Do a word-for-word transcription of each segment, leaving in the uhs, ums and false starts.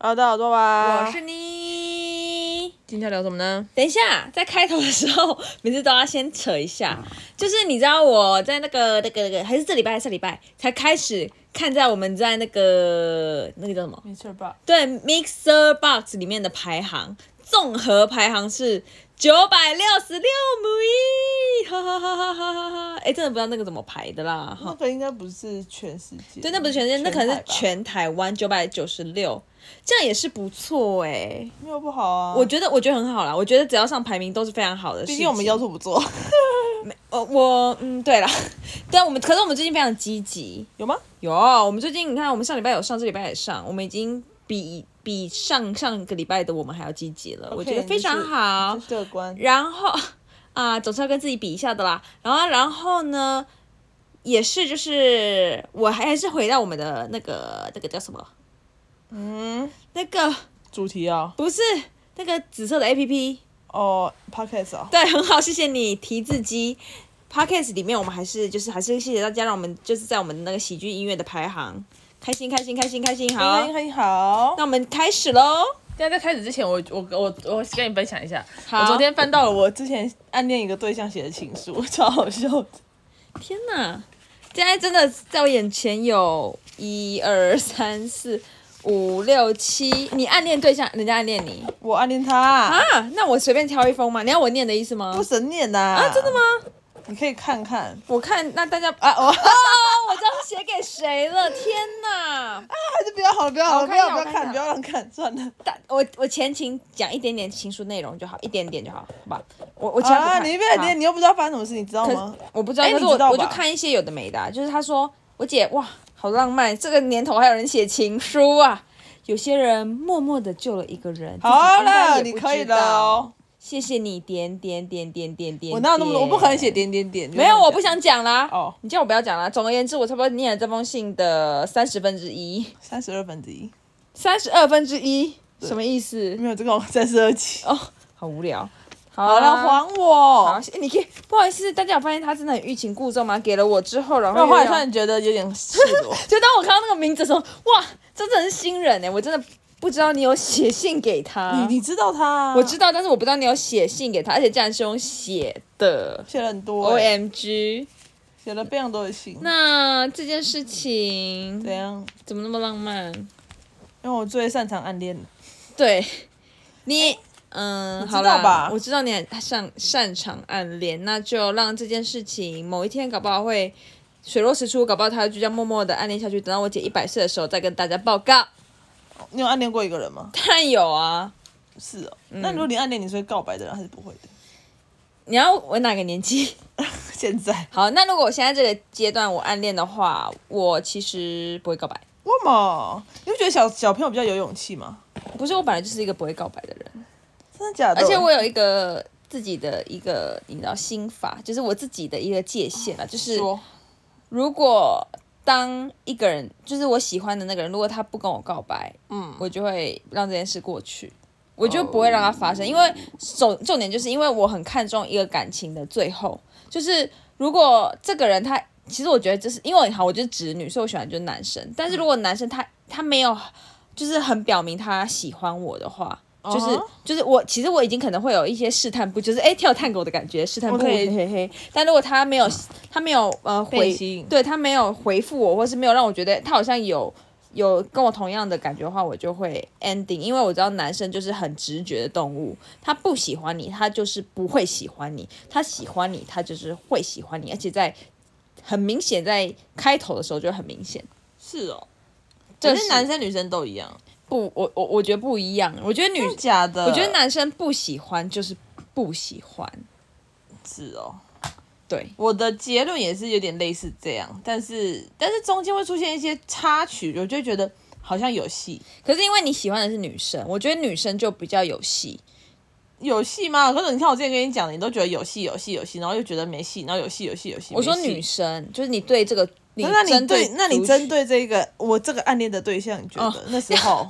好的，好多吧。 我是你。 今天聊什么呢？ 等一下，在开头的时候，每次都要先扯一下，就是你知道我在那个那个那个，还是这礼拜还是上礼拜才开始看在我们在那个那个叫什么 ？Mixer Box。 对 ，Mixer Box 里面的排行，综合排行是九百六十六名，哈哈哈哈哈哈哈！哎，真的不知道那个怎么排的啦。 那个应该不是全世界。 对，那不是全世界，那可能是全台湾九百九十六。这样也是不错哎、欸， 没有不好啊。 我觉得，我觉得很好啦。我觉得只要上排名都是非常好的事情。 毕竟我们要求不做。 没，呃，我嗯，对啦，对啊，我们可是我们最近非常积极， 有吗？ 有，我们最近你看，我们上礼拜有上，这礼拜也上，我们已经比比上上个礼拜的我们还要积极了， okay, 我觉得非常好。 乐观。 然后啊，总是要跟自己比一下的啦。然后，然后呢，也是就是我还是回到我们的那个那个叫什么？ 嗯， 那个主题啊， 不是那个紫色的 A P P 哦 ，Podcast 啊， 对，很好，谢谢你提字机 Podcast 里面，我们还是就是还是谢谢大家，让我们就是在我们那个喜剧音乐的排行，开心开心开心开心，好， 开心开心好， 那我们开始喽。 在在开始之前，我我我我跟你分享一下，我昨天翻到了我之前暗恋一个对象写的情书，超好笑的。 天哪，现在真的在我眼前有一二三四。五六七，你暗恋对象，人家暗恋你， 我暗恋他啊？那我随便挑一封吗？你要我念的意思吗？ 不神念呐！ 啊，真的吗？ 你可以看看， 我看那大家啊，哦，我知道是写给谁了，天哪！ 啊，还是不要好了，不要好了，不要不要看，不要让看，算了。 我我前情讲一点点情书内容就好，一点点就好，好吧？我我其他不看。 啊，你别念，你又不知道发生什么事，你知道吗？ 我不知道，可是我我就看一些有的没的、啊，就是他说我姐哇，好浪漫，这个年头还有人写情书啊。有些人默默的救了一个人， 好了，你可以了哦。 谢谢你点点点点点点。 我哪有那么多？我不可能写点点点。 没有，我不想讲啦。 哦， 你叫我不要讲啦。总而言之，我差不多念了这封信的三十分之一。 三十二分之一。 三十二分之一，什么意思？ 没有这个三十二集。 哦，好无聊。 好了，还我。 好，你可以不好意思，大家有发现他真的很欲擒故纵吗？给了我之后，然后后来突然觉得有点赤裸。 就当我看到那个名字的时候，哇，这真的是新人哎！我真的不知道你有写信给他。 你你知道他、啊？ 我知道，但是我不知道你有写信给他，而且竟然是用写的， 写了很多、欸。 O M G， 写了非常多的信。 那这件事情怎样？ 怎么那么浪漫？ 因为我最擅长暗恋。 对，你。嗯， 知道吧？ 我知道你很擅擅长暗恋，那就让这件事情某一天搞不好会水落石出，搞不好他就这样默默的暗恋下去，等到我姐一百岁的时候再跟大家报告。 你有暗恋过一个人吗？ 当然有啊。 是哦，嗯、那如果你暗恋，你是会告白的人还是不会的？ 你要我哪个年纪？ 现在。 好，那如果我现在这个阶段我暗恋的话，我其实不会告白。 为什么？你不觉得小小朋友比较有勇气吗？ 不是，我本来就是一个不会告白的人。 真的假的？ 而且我有一个自己的一个你知道心法，就是我自己的一个界限啦，就是如果当一个人就是我喜欢的那个人，如果他不跟我告白，嗯，我就会让这件事过去，我就不会让它发生，因为重重点就是因为我很看重一个感情的最后，就是如果这个人他其实我觉得就是因为好，我就是直女，所以我喜欢就是男生，但是如果男生他他没有就是很表明他喜欢我的话。就是、uh huh. 就是我其实我已经可能会有一些试探步，就是哎跳探狗的感觉，试探步嘿嘿嘿。但如果他没有他没有呃回，对他没有回复我，或是没有让我觉得他好像有有跟我同样的感觉的话，我就会 ending， 因为我知道男生就是很直觉的动物，他不喜欢你，他就是不会喜欢你；他喜欢你，他就是会喜欢你，而且在很明显在开头的时候就很明显。 是哦，可是男生女生都一样。 不，我我我觉得不一样。我觉得女假的， 我觉得男生不喜欢就是不喜欢。 是哦， 对， 我的结论也是有点类似这样，但是但是中间会出现一些插曲，我就觉得好像有戏。 可是因为你喜欢的是女生，我觉得女生就比较有戏。 有戏吗？可是你看我之前跟你讲的，你都觉得有戏有戏有戏，然后又觉得没戏，然后有戏有戏有戏。 我说女生，就是你对这个。 那你对，那你针对这个我这个暗恋的对象，你觉得、哦、那时候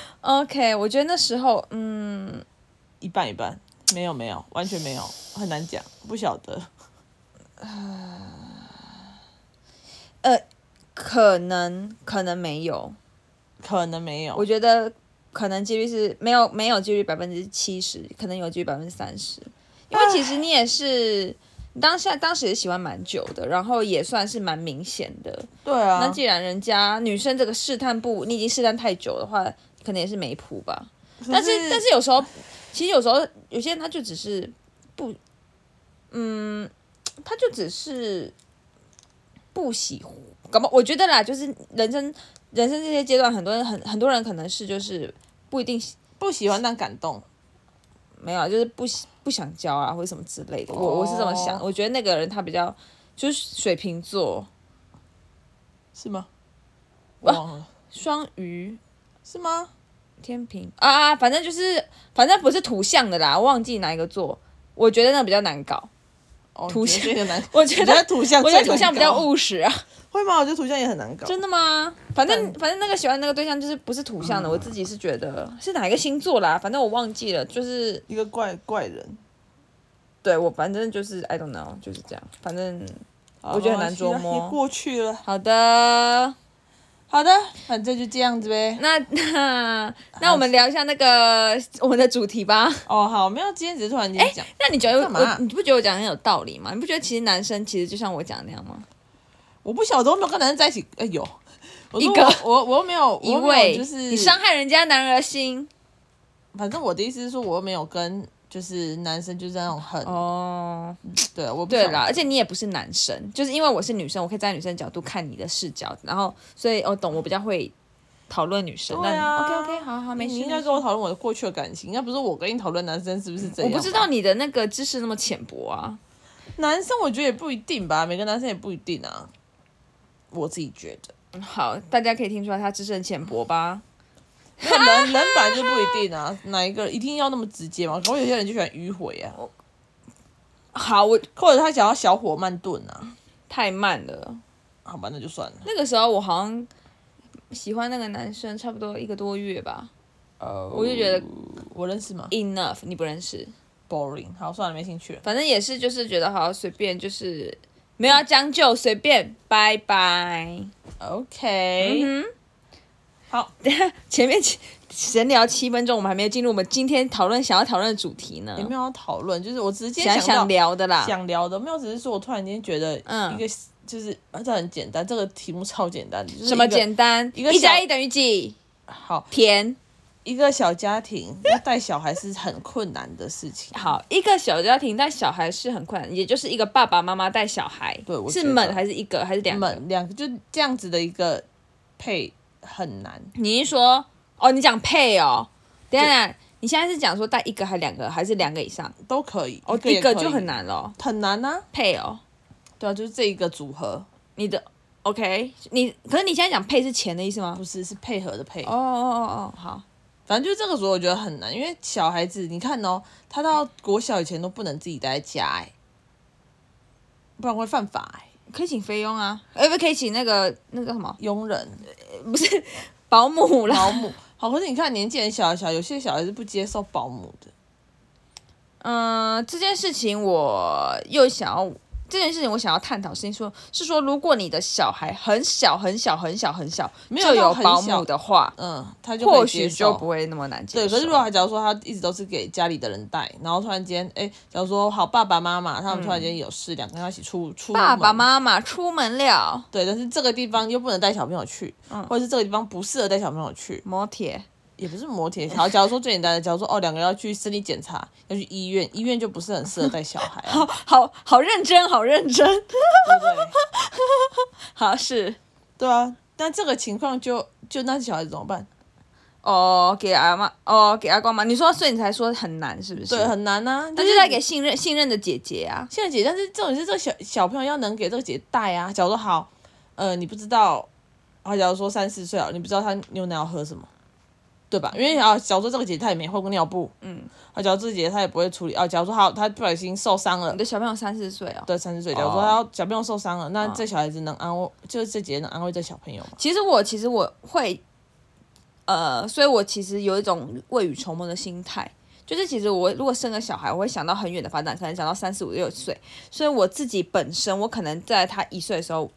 ？OK， 我觉得那时候，嗯， 一半一半，没有没有，完全没有，很难讲，不晓得。 呃，可能可能没有， 可能没有。 我觉得可能几率是没有没有几率百分之七十，可能有几率百分之三十，因为其实你也是。当下当时也喜欢蛮久的，然后也算是蛮明显的。 对啊。 那既然人家女生这个试探不，你已经试探太久的话，可能也是没谱吧。但是但是有时候，其实有时候有些人他就只是不，嗯，他就只是不喜欢。搞不，我觉得啦，就是人生人生这些阶段，很多人很很多人可能是就是不一定不喜欢但感动。 没有，就是不不想交啊，或者什么之类的。我、oh. 我是这么想，我觉得那个人他比较就是水瓶座， 是吗？忘了。 双鱼是吗？ 天平啊，反正就是反正不是土象的啦，我忘记哪一个座。我觉得那个比较难搞。 哦， 土象难， 我觉得土象， 我觉得土象比较务实啊。 会吗？我觉得土象也很难搞。 真的吗？反正反正那个喜欢那个对象就是不是土象的，嗯、我自己是觉得是哪一个星座啦，反正我忘记了，就是一个怪怪人。 对我反正就是 I don't know， 就是这样，反正我觉得很难捉摸。 也过去了。 好的， 好的，反正就这样子呗。 那那那我们聊一下那个我们的主题吧。 哦，好，没有，今天只是突然间讲。 那你觉得我，你不觉得我讲的很有道理吗？你不觉得其实男生其实就像我讲那样吗？ 我不晓得，我没有跟男生在一起。哎、欸、有一个， 我我又没有一位， 就是你伤害人家男儿心。 反正我的意思是说，我又没有跟就是男生就是那种很哦， 对，我不对啦，而且你也不是男生，就是因为我是女生，我可以站在女生的角度看你的视角，然后所以我懂，我比较会讨论女生。 对啊 ，OK OK， 好好没事。 你应该跟我讨论我的过去的感情，应该不是我跟你讨论男生是不是这样。 我不知道你的那个知识那么浅薄啊。 男生我觉得也不一定吧，每个男生也不一定啊。我自己觉得， 好，大家可以听出来他知识很浅薄吧？ 人人本来就不一定啊，哪一个一定要那么直接吗？可能有些人就喜欢迂回啊。 好，我或者他想要小火慢炖啊， 太慢了。 好吧，那就算了。 那个时候我好像喜欢那个男生差不多一个多月吧，呃、oh, 我就觉得我认识吗 ？Enough， 你不认识 ？Boring， 好，算了，没兴趣了。 反正也是，就是觉得好随便，就是没有要将就，随便，拜拜。 OK， 嗯哼， 好， 前面闲聊七分钟，我们还没有进入我们今天讨论想要讨论的主题呢。 也没有要讨论，就是我直接想想聊的啦， 想聊的，没有，只是说我突然间觉得一个、嗯、就是这很简单，这个题目超简单的，就是、 什么简单？ 一个一加一等于几？ 好， 甜。 一个小家庭要带小孩是很困难的事情。 好，一个小家庭带小孩是很困难，也就是一个爸爸妈妈带小孩。 对，我是猛还是一个还是两个？ 猛两个，就这样子的一个配很难。 你是说哦？你讲配哦？等一下，你现在是讲说带一个还两个，还是两个以上都可以？ 哦，一个就很难了， 很难啊。 配哦， 对啊，就是这一个组合。 你的 OK， 你可是你现在讲配是钱的意思吗？ 不是，是配合的配。 哦哦哦哦，好。 反正就是这个时候我觉得很难，因为小孩子你看哦，他到国小以前都不能自己待在家哎，不然会犯法哎。 可以请菲佣啊，哎不可以请那个那个什么佣人， 不是保姆啦。 保姆好，可是你看年纪很小小，有些小孩是不接受保姆的。 嗯、呃，这件事情我又想要。这件事情我想要探讨，是说，是说，如果你的小孩很小很小很小很小， 没有就有保姆的话， 嗯，他就或许就不会那么难接受。 对，可是如果他假如说他一直都是给家里的人带，然后突然间，哎，假如说好爸爸妈妈他们突然间有事，两、嗯、个人一起出出门， 爸爸妈妈出门了， 对，但是这个地方又不能带小朋友去，嗯、或者是这个地方不适合带小朋友去， 摩铁。 也不是摩铁，好，假如说最简单的，假如说哦，两个人要去身体检查，要去医院，医院就不是很适合带小孩、啊。 好好好认真，好认真，对不对？ 好是， 对啊，但这个情况就就那小孩子怎么办？ 哦，给阿妈，哦，给阿公妈，你说，所以你才说很难，是不是？ 对，很难啊。 那就在给信任信任的姐姐啊， 信任姐姐，但是重点是这个小小朋友要能给这个姐姐带啊。假如说好，呃，你不知道，啊，假如说三四岁了，你不知道他牛奶要喝什么。对吧？因为啊，假如说这个姐姐她也没换过尿布，嗯，啊，假如这个姐姐她也不会处理啊。假如说她她不小心受伤了， 你的小朋友三四岁哦， 对，三四岁。假如说她小朋友受伤了，那这小孩子能安慰，就是这姐姐能安慰这小朋友吗？ 其实我其实我会，呃，所以我其实有一种未雨绸缪的心态，就是其实我如果生个小孩，我会想到很远的发展，可能想到三四五六岁，所以我自己本身我可能在他一岁的时候。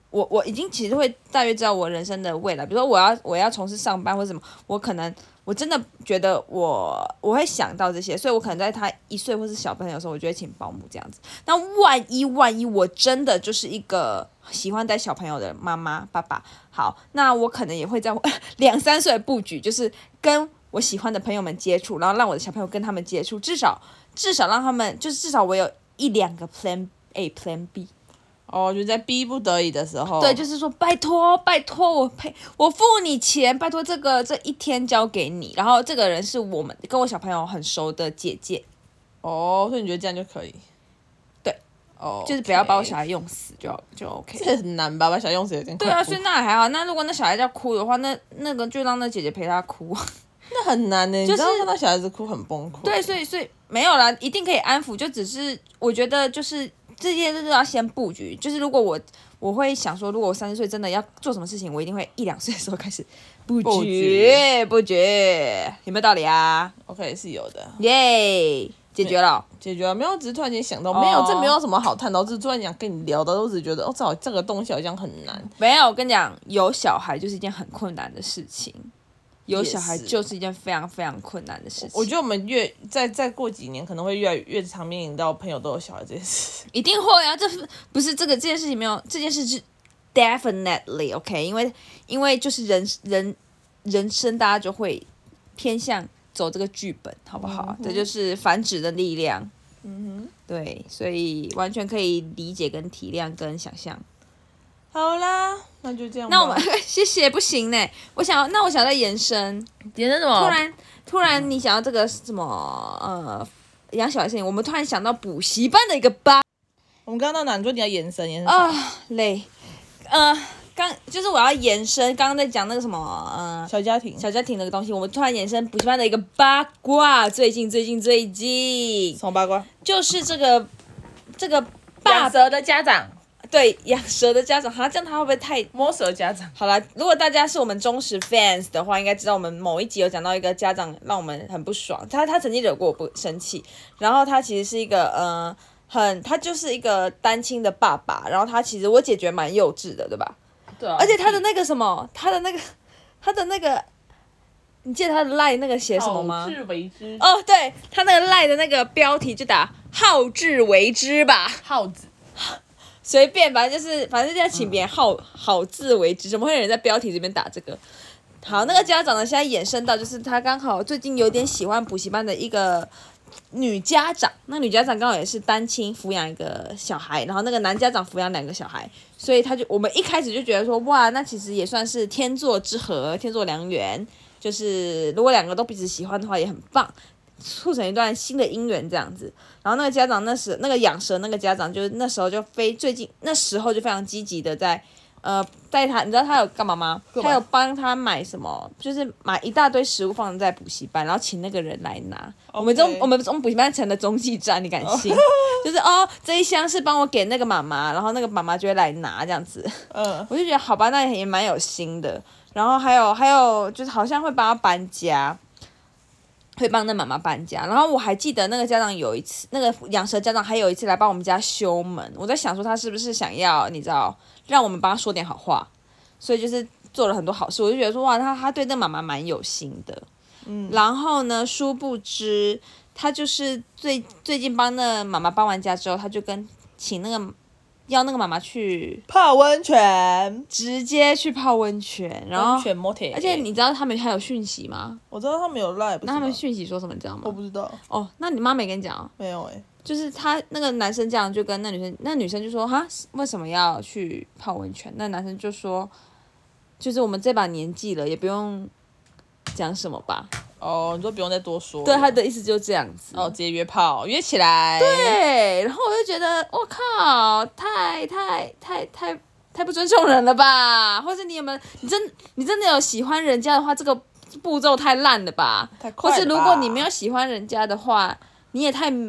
我我已经其实会大约知道我人生的未来，比如说我要我要从事上班或者什么，我可能我真的觉得我我会想到这些，所以我可能在他一岁或是小朋友的时候，我就会请保姆这样子。那万一万一我真的就是一个喜欢带小朋友的妈妈爸爸，好，那我可能也会在两三岁的布局，就是跟我喜欢的朋友们接触，然后让我的小朋友跟他们接触，至少至少让他们就是至少我有一两个 Plan A、Plan B。 哦，就在逼不得已的时候， 对，就是说拜托拜托，我赔我付你钱，拜托这个这一天交给你。然后这个人是我们跟我小朋友很熟的姐姐。 哦，所以你觉得这样就可以？ 对， 哦， 就是不要把我小孩用死就就 OK。 这很难吧？把小孩用死有点对啊，所以那还好。那如果那小孩要哭的话，那那个就让那姐姐陪他哭。 那很难呢， 就是你知道看到小孩子哭很崩溃。 对，所以所以没有啦，一定可以安抚，就只是我觉得就是这些都是要先布局。就是如果我我会想说，如果我三十岁真的要做什么事情，我一定会一两岁的时候开始布布局局布局，有没有道理啊？ OK 是有的， 耶、解决了。 解决了没有？只是突然间想到， 哦没有，这没有什么好探讨，只是突然想跟你聊的，我只是觉得哦，这好这个东西好像很难。 没有，我跟你讲，有小孩就是一件很困难的事情，有小孩也是就是一件非常非常困难的事情。 我觉得我们越再再过几年，可能会越来越常面临到朋友都有小孩这件事。 一定会啊，这不是这个这件事情没有，这件事是 definitely OK， 因为因为就是人人人生大家就会偏向走这个剧本，好不好？ 嗯、 这就是繁殖的力量。 嗯哼， 对，所以完全可以理解、跟体谅、跟想象。 好啦，那就这样吧。 那我们谢谢，不行呢。我想要，那我想再延伸。 延伸什么？ 突然，突然你想到这个什么呃养小孩的事情，我们突然想到补习班的一个班。 我们刚刚到哪？你说你要延伸，延伸啊、累。呃，刚就是我要延伸，刚刚在讲那个什么呃小家庭， 小家庭的东西，我们突然延伸补习班的一个八卦。最近，最近，最近， 什么八卦？ 就是这个这个爸蛇的家长。 对养蛇的家长，哈，这样他会不会太摸蛇家长？ 好啦，如果大家是我们忠实 fans 的话，应该知道我们某一集有讲到一个家长让我们很不爽，他他曾经惹过我不生气，然后他其实是一个呃很他就是一个单亲的爸爸，然后他其实我姐觉得蛮幼稚的，对吧？ 对啊。 而且他的那个什么，他的那个他的那个，你记得他的赖那个写什么吗？ 好自为之。 哦，对他那个赖的那个标题就打好自为之吧， 耗子。 随便，反正就是反正就在请别人好、嗯、好自为之，怎么会有人在标题这边打这个？好，那个家长呢，现在衍生到就是他刚好最近有点喜欢补习班的一个女家长，那女家长刚好也是单亲抚养一个小孩，然后那个男家长抚养两个小孩，所以他就我们一开始就觉得说，哇，那其实也算是天作之合，天作良缘，就是如果两个都彼此喜欢的话，也很棒。促成一段新的姻缘这样子，然后那个家长那时那个养蛇那个家长就是那时候就非最近那时候就非常积极的在呃带他，你知道他有干嘛吗？他有帮他买什么，就是买一大堆食物放在补习班，然后请那个人来拿。Okay. 我们中我们中补习班成了中继站，你敢信？就是哦这一箱是帮我给那个妈妈，然后那个妈妈就会来拿这样子。嗯，我就觉得好吧，那也蛮有心的。然后还有还有就是好像会帮他搬家。会帮那妈妈搬家，然后我还记得那个家长有一次，那个养蛇家长还有一次来帮我们家修门，我在想说他是不是想要你知道让我们帮他说点好话，所以就是做了很多好事，我就觉得说哇，他他对那妈妈蛮有心的，嗯，然后呢，殊不知他就是最最近帮那妈妈搬完家之后，他就跟请那个。要那个妈妈去泡温泉， 直接去泡温泉，然后温泉 motel， 而且你知道他们还有讯息吗？ 我知道他们有 live， 那他们讯息说什么你知道吗？ 我不知道。 哦，那你妈没跟你讲哦？ 没有哎、欸， 就是他那个男生这样就跟那女生，那女生就说哈，为什么要去泡温泉？那男生就说，就是我们这把年纪了，也不用讲什么吧。 哦，你说不用再多说。 对，他的意思就是这样子。 哦，直接约炮，约起来。 对，然后我就觉得，我靠，太太太太太不尊重人了吧？或者你有没有，你真你真的有喜欢人家的话，这个步骤太烂了吧？ 太快了吧。 或是如果你没有喜欢人家的话，你也太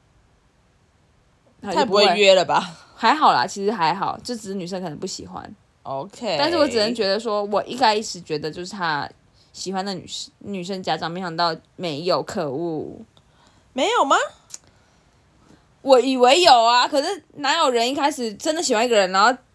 太不会约了吧？ 还好啦，其实还好，就只是女生可能不喜欢。 OK。 但是我只能觉得说，我一开始觉得就是他。喜欢的女生女生家长，没想到没有，可恶， 没有吗？ 我以为有啊，可是哪有人一开始真的喜欢一个人，然后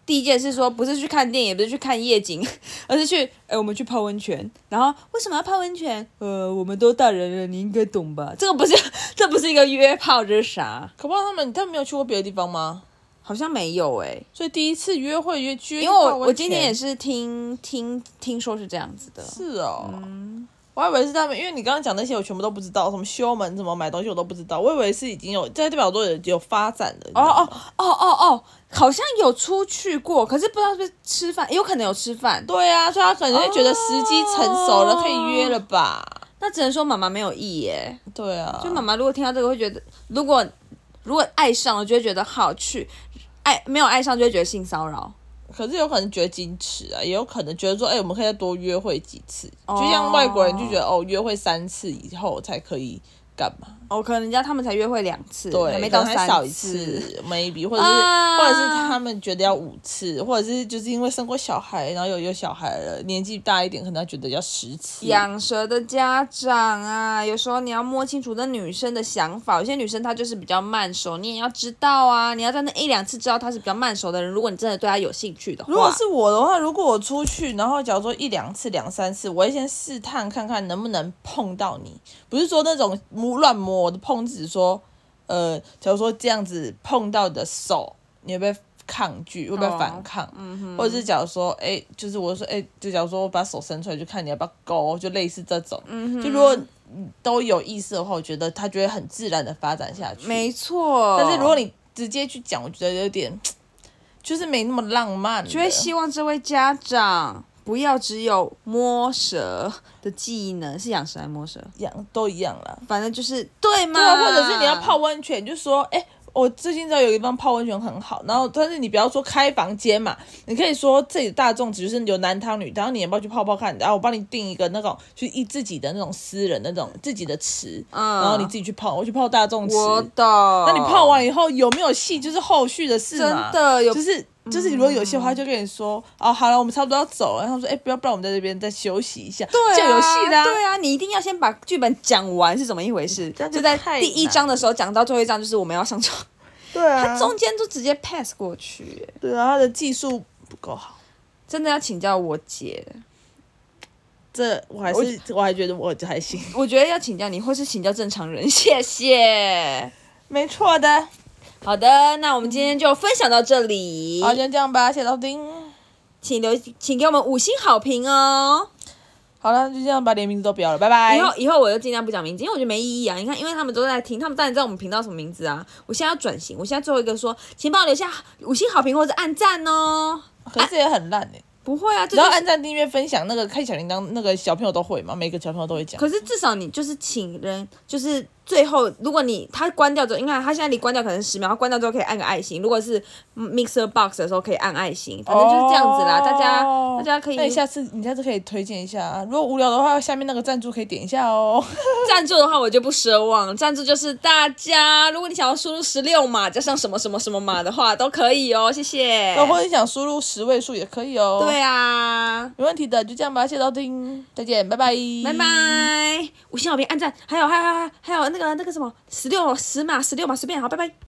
第一件事说不是去看电影，也不是去看夜景，而是去哎我们去泡温泉。然后为什么要泡温泉？呃，我们都大人了，你应该懂吧？这个不是，这不是一个约炮，这是啥？ 可不好他们他们没有去过别的地方吗？ 好像没有哎、欸， 所以第一次约会约去， 因为我我今天也是听听听说是这样子的。 是哦，嗯，我还以为是他们，因为你刚刚讲那些我全部都不知道，什么修门怎么买东西我都不知道，我以为是已经有在代表说有有发展的。 哦哦哦哦哦，好像有出去过，可是不知道是不是吃饭，有可能有吃饭。 对啊，所以他可能就觉得时机成熟了，哦、可以约了吧？ 那只能说妈妈没有意耶。 对啊， 就妈妈如果听到这个会觉得，如果如果爱上了就会觉得好去。爱没有爱上就会觉得性骚扰， 可是有可能觉得矜持啊，也有可能觉得说，哎、欸，我们可以再多约会几次，就像外国人就觉得哦，约会三次以后才可以干嘛？ 哦，可能人家他们才约会两次， 对， 还没到三次， 还少一次 ，maybe， 或者是、啊、或者是他们觉得要五次，或者是就是因为生过小孩，然后有有小孩了，年纪大一点，可能他觉得要十次。 养蛇的家长啊，有时候你要摸清楚那女生的想法，有些女生她就是比较慢熟，你也要知道啊，你要在那一两次知道她是比较慢熟的人，如果你真的对她有兴趣的话。 如果是我的话，如果我出去，然后假如说一两次、两三次，我会先试探看看能不能碰到你，不是说那种乱摸。我的碰只是说，呃，假如说这样子碰到你的手，你会不会抗拒，会不会反抗？哦嗯、或者是假如说，哎、欸，就是我说，哎、欸，就假如说我把手伸出来，就看你要不要勾，就类似这种。嗯、就如果都有意思的话，我觉得他就会很自然的发展下去。 没错。 但是如果你直接去讲，我觉得有点，就是没那么浪漫。 就会希望这位家长。不要只有摸蛇的技能，是养蛇还是摸蛇？ 养都一样啦， 反正就是对嘛。 对啊，或者是你要泡温泉，就说哎。欸我最近知道有一地方泡温泉很好，然后但是你不要说开房间嘛，你可以说这里大众只是有男汤女汤，你要不要去泡泡看？然后我帮你订一个那种就一自己的那种私人的那种自己的池，嗯、然后你自己去泡，我去泡大众池。 我懂。 那你泡完以后有没有戏，就是后续的事嘛。 真的有， 就是。就是如果有些话就跟你说、嗯、哦，好了，我们差不多要走了。然后说，哎、欸，不要，不然我们在这边再休息一下， 对、啊， 就有戏啦、啊。 对啊，你一定要先把剧本讲完是怎么一回事。就, 就在第一章的时候讲到最后一章，就是我们要上床。 对啊， 他中间都直接 pass 过去。 对啊，他的技术不够好， 真的要请教我姐。 这我还是 我, 我还觉得我还行。 我觉得要请教你，或是请教正常人。谢谢。 没错的。 好的，那我们今天就分享到这里。 好，就这样吧，谢谢收听， 请留，请给我们五星好评哦。 好了，就这样吧，连名字都不要了，拜拜。 以后以后我就尽量不讲名字，因为我觉得没意义啊。你看，因为他们都在听，他们当然知道我们频道什么名字啊。我现在要转型，我现在最后一个说，请帮我留下五星好评或者按赞哦。 可是这也很烂哎、欸。 不会啊， 只要按赞、订阅、分享，那个开小铃铛，那个小朋友都会嘛，每个小朋友都会讲。 可是至少你就是请人，就是最后，如果你他关掉之后，你看他现在离关掉可能十秒，他关掉之后可以按个爱心。如果是 Mixer Box 的时候可以按爱心，反正就是这样子啦。哦、大家大家可以。 那你下次你下次可以推荐一下啊，如果无聊的话，下面那个赞助可以点一下哦。 赞助的话我就不奢望，赞助就是大家，如果你想要输入十六码加上什么什么什么码的话，都可以哦，谢谢。 或者你想输入十位数也可以哦。 对啊。 没问题的，就这样吧，谢谢收听，再见，拜拜， 拜拜，五星好评，按赞，还有还有还有还有那个那个什么十六十码十六码随便好，拜拜。